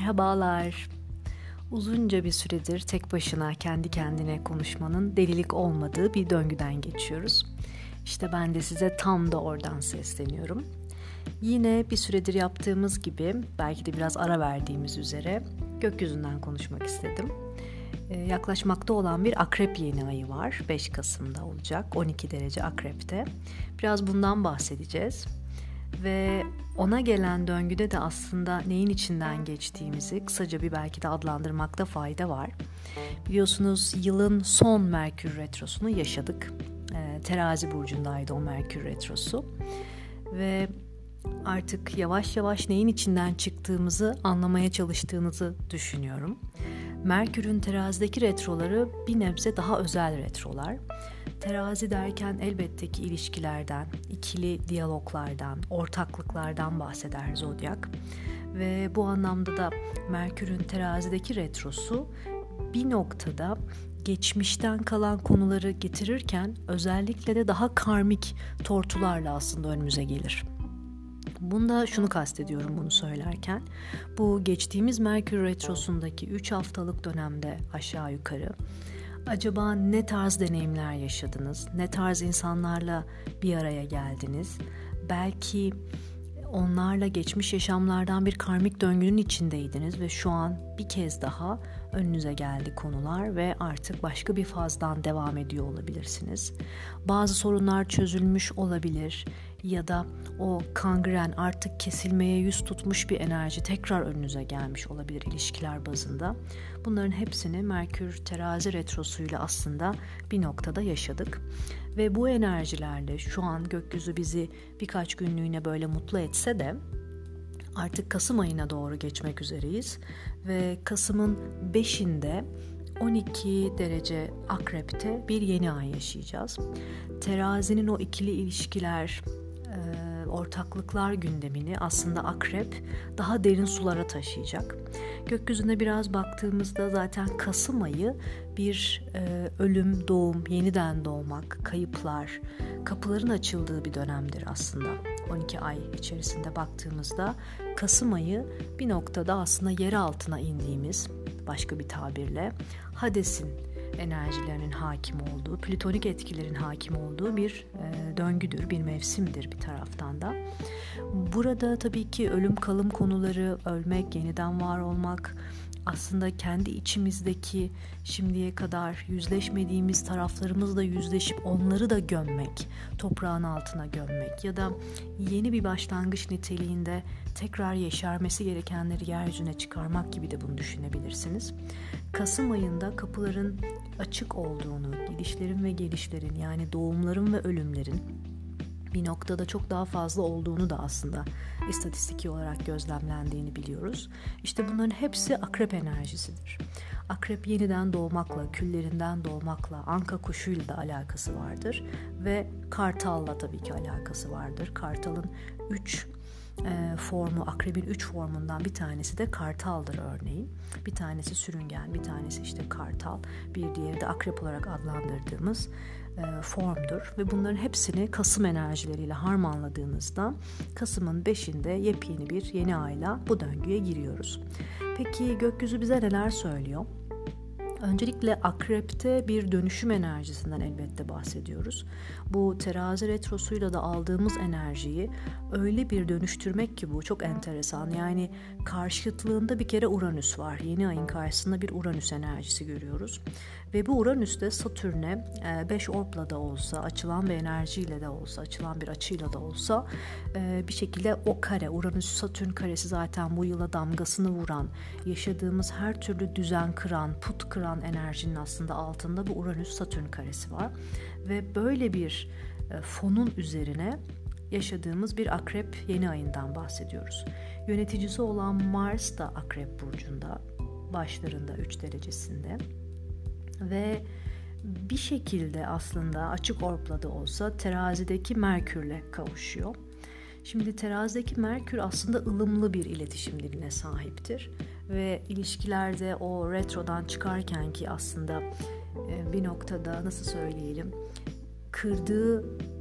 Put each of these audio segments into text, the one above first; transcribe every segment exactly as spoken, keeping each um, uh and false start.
Merhabalar. Uzunca bir süredir tek başına kendi kendine konuşmanın delilik olmadığı bir döngüden geçiyoruz. İşte ben de size tam da oradan sesleniyorum. Yine bir süredir yaptığımız gibi, belki de biraz ara verdiğimiz üzere gökyüzünden konuşmak istedim. Ee, yaklaşmakta olan bir akrep yeni ayı var. beş Kasım'da olacak. on iki derece akrepte. Biraz bundan bahsedeceğiz. Ve ona gelen döngüde de aslında neyin içinden geçtiğimizi kısaca bir belki de adlandırmakta fayda var. Biliyorsunuz yılın son Merkür Retrosu'nu yaşadık. E, Terazi burcundaydı o Merkür Retrosu. Ve artık yavaş yavaş neyin içinden çıktığımızı anlamaya çalıştığınızı düşünüyorum. Merkür'ün terazideki retroları bir nebze daha özel retrolar. Terazi derken elbette ki ilişkilerden, ikili diyaloglardan, ortaklıklardan bahseder zodyak. Ve bu anlamda da Merkür'ün terazideki retrosu bir noktada geçmişten kalan konuları getirirken özellikle de daha karmik tortularla aslında önümüze gelir. Bunda şunu kastediyorum bunu söylerken, bu geçtiğimiz Merkür Retrosu'ndaki üç haftalık dönemde aşağı yukarı acaba ne tarz deneyimler yaşadınız, ne tarz insanlarla bir araya geldiniz, belki onlarla geçmiş yaşamlardan bir karmik döngünün içindeydiniz ve şu an bir kez daha önünüze geldi konular ve artık başka bir fazdan devam ediyor olabilirsiniz. Bazı sorunlar çözülmüş olabilir ya da o kangren artık kesilmeye yüz tutmuş bir enerji tekrar önünüze gelmiş olabilir ilişkiler bazında. Bunların hepsini Merkür Terazi Retrosu'yla aslında bir noktada yaşadık. Ve bu enerjilerle şu an gökyüzü bizi birkaç günlüğüne böyle mutlu etse de artık Kasım ayına doğru geçmek üzereyiz. Ve Kasım'ın beşinde on iki derece akrepte bir yeni ay yaşayacağız. Terazinin o ikili ilişkiler, ortaklıklar gündemini aslında akrep daha derin sulara taşıyacak. Gökyüzüne biraz baktığımızda zaten Kasım ayı bir e, ölüm, doğum, yeniden doğmak, kayıplar, kapıların açıldığı bir dönemdir aslında. on iki ay içerisinde baktığımızda Kasım ayı bir noktada aslında yer altına indiğimiz, başka bir tabirle Hades'in enerjilerinin hakim olduğu, plütonik etkilerin hakim olduğu bir e, döngüdür, bir mevsimdir bir taraftan da. Burada tabii ki ölüm kalım konuları, ölmek, yeniden var olmak, aslında kendi içimizdeki şimdiye kadar yüzleşmediğimiz taraflarımızla yüzleşip onları da gömmek, toprağın altına gömmek ya da yeni bir başlangıç niteliğinde tekrar yeşermesi gerekenleri yeryüzüne çıkarmak gibi de bunu düşünebilirsiniz. Kasım ayında kapıların açık olduğunu, gidişlerin ve gelişlerin, yani doğumların ve ölümlerin bir noktada çok daha fazla olduğunu da aslında istatistiki olarak gözlemlendiğini biliyoruz. İşte bunların hepsi akrep enerjisidir. Akrep yeniden doğmakla, küllerinden doğmakla, anka kuşuyla da alakası vardır ve kartalla tabii ki alakası vardır. Kartalın üç e, formu, akrebin üç formundan bir tanesi de kartaldır örneğin. Bir tanesi sürüngen, bir tanesi işte kartal, bir diğeri de akrep olarak adlandırdığımız e, formdur. Ve bunların hepsini Kasım enerjileriyle harmanladığınızda Kasım'ın beşinde yepyeni bir yeni ayla bu döngüye giriyoruz. Peki gökyüzü bize neler söylüyor? Öncelikle akrepte bir dönüşüm enerjisinden elbette bahsediyoruz. Bu terazi retrosuyla da aldığımız enerjiyi öyle bir dönüştürmek ki bu çok enteresan. Yani karşıtlığında bir kere Uranüs var. Yeni ayın karşısında bir Uranüs enerjisi görüyoruz. Ve bu Uranüs de Satürn'e beş orpla da olsa, açılan bir enerjiyle de olsa, açılan bir açıyla da olsa bir şekilde o kare, Uranüs-Satürn karesi zaten bu yıla damgasını vuran, yaşadığımız her türlü düzen kıran, put kıran enerjinin aslında altında bu Uranüs-Satürn karesi var. Ve böyle bir fonun üzerine yaşadığımız bir akrep yeni ayından bahsediyoruz. Yöneticisi olan Mars da akrep burcunda, başlarında üç derecesinde. Ve bir şekilde aslında açık orpla da olsa terazideki Merkür'le kavuşuyor. Şimdi terazideki Merkür aslında ılımlı bir iletişim diline sahiptir. Ve ilişkilerde o retrodan çıkarken ki aslında bir noktada nasıl söyleyelim, kırdığı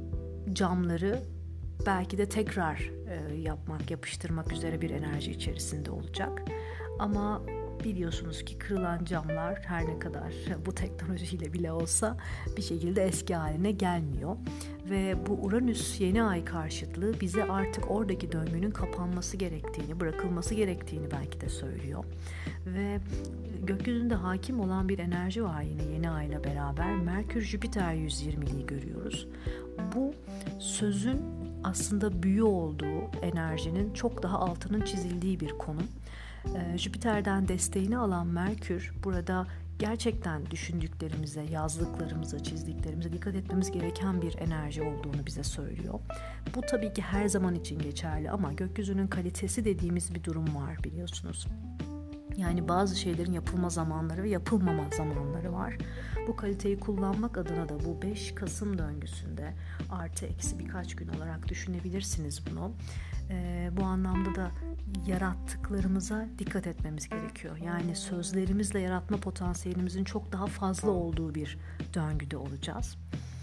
camları belki de tekrar yapmak, yapıştırmak üzere bir enerji içerisinde olacak. Ama biliyorsunuz ki kırılan camlar her ne kadar bu teknolojiyle bile olsa bir şekilde eski haline gelmiyor. Ve bu Uranüs yeni ay karşıtlığı bize artık oradaki döngünün kapanması gerektiğini, bırakılması gerektiğini belki de söylüyor. Ve gökyüzünde hakim olan bir enerji var yine yeni ayla beraber. Merkür-Jüpiter yüz yirmiliği görüyoruz. Bu sözün aslında büyü olduğu enerjinin çok daha altının çizildiği bir konu. Ee, Jüpiter'den desteğini alan Merkür burada gerçekten düşündüklerimize, yazdıklarımıza, çizdiklerimize dikkat etmemiz gereken bir enerji olduğunu bize söylüyor. Bu tabii ki her zaman için geçerli ama gökyüzünün kalitesi dediğimiz bir durum var biliyorsunuz. Yani bazı şeylerin yapılma zamanları ve yapılmama zamanları var. Bu kaliteyi kullanmak adına da bu beş Kasım döngüsünde artı eksi birkaç gün olarak düşünebilirsiniz bunu. Ee, bu anlamda da yarattıklarımıza dikkat etmemiz gerekiyor. Yani sözlerimizle yaratma potansiyelimizin çok daha fazla olduğu bir döngüde olacağız.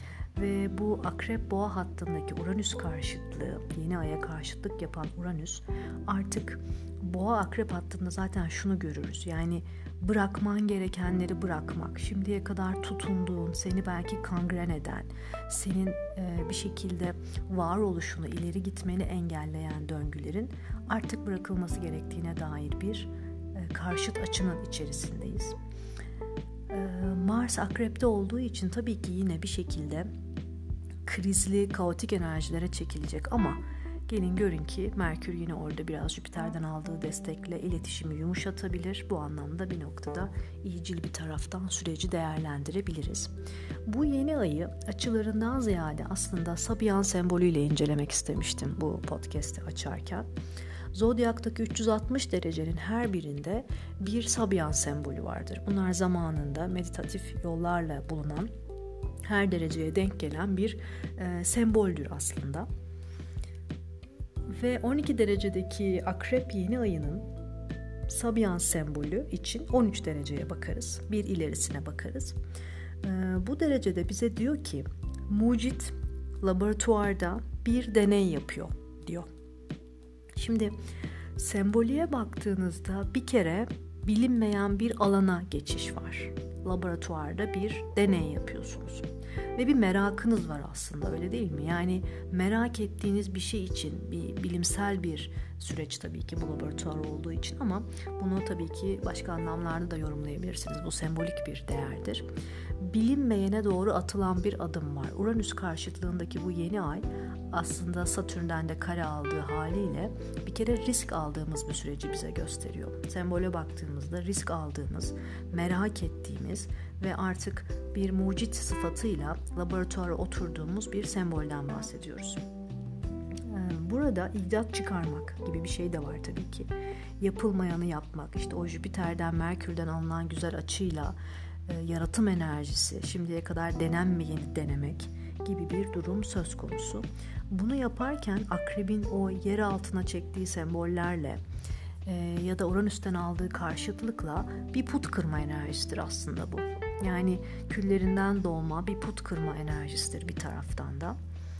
Ve bu Akrep Boğa hattındaki Uranüs karşıtlığı, yeni aya karşıtlık yapan Uranüs artık Boğa Akrep hattında zaten şunu görürüz. Yani bırakman gerekenleri bırakmak, şimdiye kadar tutunduğun, seni belki kangren eden, senin e, bir şekilde varoluşunu, ileri gitmeni engelleyen döngülerin artık bırakılması gerektiğine dair bir e, karşıt açının içerisindeyiz. E, Mars Akrep'te olduğu için tabii ki yine bir şekilde krizli, kaotik enerjilere çekilecek ama gelin görün ki Merkür yine orada biraz Jüpiter'den aldığı destekle iletişimi yumuşatabilir. Bu anlamda bir noktada iyicil bir taraftan süreci değerlendirebiliriz. Bu yeni ayı açılarından ziyade aslında Sabian sembolüyle incelemek istemiştim bu podcast'i açarken. Zodyaktaki üç yüz altmış derecenin her birinde bir Sabian sembolü vardır. Bunlar zamanında meditatif yollarla bulunan, her dereceye denk gelen bir e, semboldür aslında. Ve on iki derecedeki Akrep yeni ayının Sabian sembolü için on üç dereceye bakarız. Bir ilerisine bakarız. Ee, bu derecede bize diyor ki mucit laboratuvarda bir deney yapıyor diyor. Şimdi sembolüye baktığınızda bir kere bilinmeyen bir alana geçiş var. Laboratuvarda bir deney yapıyorsunuz. Ve bir merakınız var aslında, öyle değil mi? Yani merak ettiğiniz bir şey için bir bilimsel bir süreç tabii ki bu laboratuvar olduğu için ama bunu tabii ki başka anlamlarda da yorumlayabilirsiniz. Bu sembolik bir değerdir. Bilinmeyene doğru atılan bir adım var. Uranüs karşıtlığındaki bu yeni ay aslında Satürn'den de kare aldığı haliyle bir kere risk aldığımız bir süreci bize gösteriyor. Sembole baktığımızda risk aldığımız, merak ettiğimiz ve artık bir mucit sıfatıyla laboratuvara oturduğumuz bir sembolden bahsediyoruz. Burada icat çıkarmak gibi bir şey de var tabii ki. Yapılmayanı yapmak, işte o Jüpiter'den, Merkür'den alınan güzel açıyla e, yaratım enerjisi, şimdiye kadar denenmeyeni denemek gibi bir durum söz konusu. Bunu yaparken Akrebin o yer altına çektiği sembollerle e, ya da Uranüs'ten aldığı karşıtlıkla bir put kırma enerjisidir aslında bu. Yani küllerinden doğma bir put kırma enerjisidir bir taraftan da.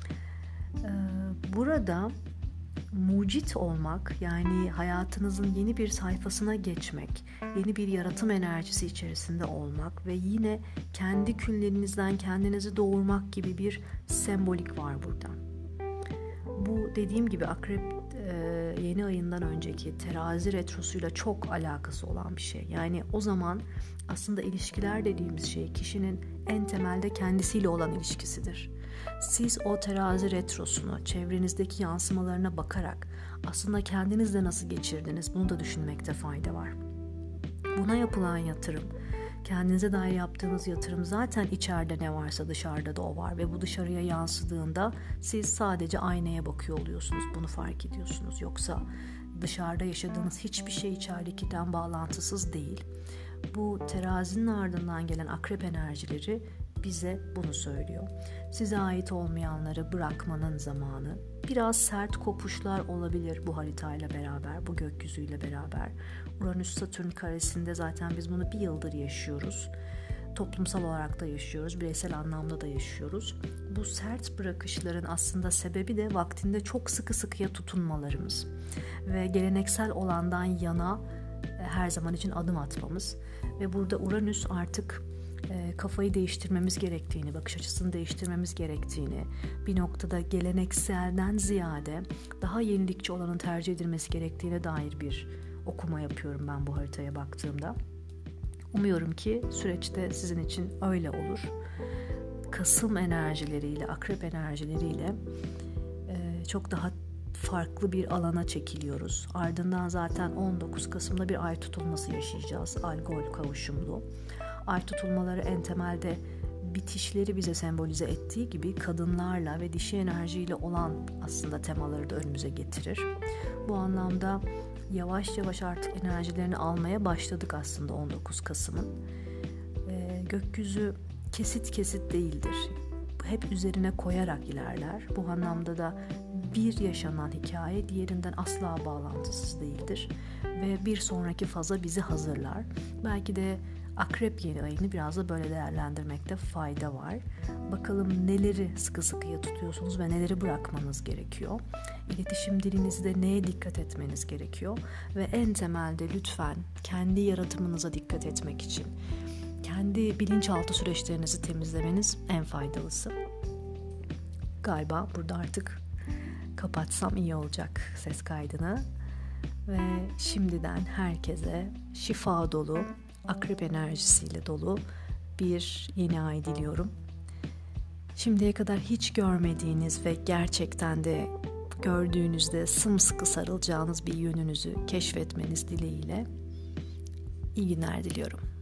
Burada mucit olmak, yani hayatınızın yeni bir sayfasına geçmek, yeni bir yaratım enerjisi içerisinde olmak ve yine kendi küllerinizden kendinizi doğurmak gibi bir sembolik var burada. Bu dediğim gibi Akrep yeni ayından önceki terazi retrosuyla çok alakası olan bir şey. Yani o zaman aslında ilişkiler dediğimiz şey kişinin en temelde kendisiyle olan ilişkisidir. Siz o terazi retrosunu çevrenizdeki yansımalarına bakarak aslında kendinizle nasıl geçirdiniz bunu da düşünmekte fayda var. Buna yapılan yatırım, kendinize dair yaptığınız yatırım zaten içeride ne varsa dışarıda da o var ve bu dışarıya yansıdığında siz sadece aynaya bakıyor oluyorsunuz, bunu fark ediyorsunuz. Yoksa dışarıda yaşadığınız hiçbir şey içeridekiden bağlantısız değil. Bu terazinin ardından gelen akrep enerjileri bize bunu söylüyor. Size ait olmayanları bırakmanın zamanı. Biraz sert kopuşlar olabilir bu haritayla beraber, bu gökyüzüyle beraber. Uranüs-Satürn karesinde zaten biz bunu bir yıldır yaşıyoruz. Toplumsal olarak da yaşıyoruz, bireysel anlamda da yaşıyoruz. Bu sert bırakışların aslında sebebi de vaktinde çok sıkı sıkıya tutunmalarımız. Ve geleneksel olandan yana her zaman için adım atmamız ve burada Uranüs artık kafayı değiştirmemiz gerektiğini, bakış açısını değiştirmemiz gerektiğini, bir noktada gelenekselden ziyade daha yenilikçi olanın tercih edilmesi gerektiğine dair bir okuma yapıyorum ben bu haritaya baktığımda. Umuyorum ki süreçte sizin için öyle olur. Kasım enerjileriyle, akrep enerjileriyle çok daha farklı bir alana çekiliyoruz. Ardından zaten on dokuz Kasım'da bir ay tutulması yaşayacağız. Algol kavuşumlu. Ay tutulmaları en temelde bitişleri bize sembolize ettiği gibi kadınlarla ve dişi enerjiyle olan aslında temaları da önümüze getirir. Bu anlamda yavaş yavaş artık enerjilerini almaya başladık aslında on dokuz Kasım'ın. Ee, gökyüzü kesit kesit değildir. Hep üzerine koyarak ilerler. Bu anlamda da bir yaşanan hikaye diğerinden asla bağlantısız değildir. Ve bir sonraki faza bizi hazırlar. Belki de Akrep yeni ayını biraz da böyle değerlendirmekte fayda var. Bakalım neleri sıkı sıkıya tutuyorsunuz ve neleri bırakmanız gerekiyor. İletişim dilinizde neye dikkat etmeniz gerekiyor. Ve en temelde lütfen kendi yaratımınıza dikkat etmek için kendi bilinçaltı süreçlerinizi temizlemeniz en faydalısı. Galiba burada artık kapatsam iyi olacak ses kaydını. Ve şimdiden herkese şifa dolu, akrep enerjisiyle dolu bir yeni ay diliyorum. Şimdiye kadar hiç görmediğiniz ve gerçekten de gördüğünüzde sımsıkı sarılacağınız bir yönünüzü keşfetmeniz dileğiyle iyi günler diliyorum.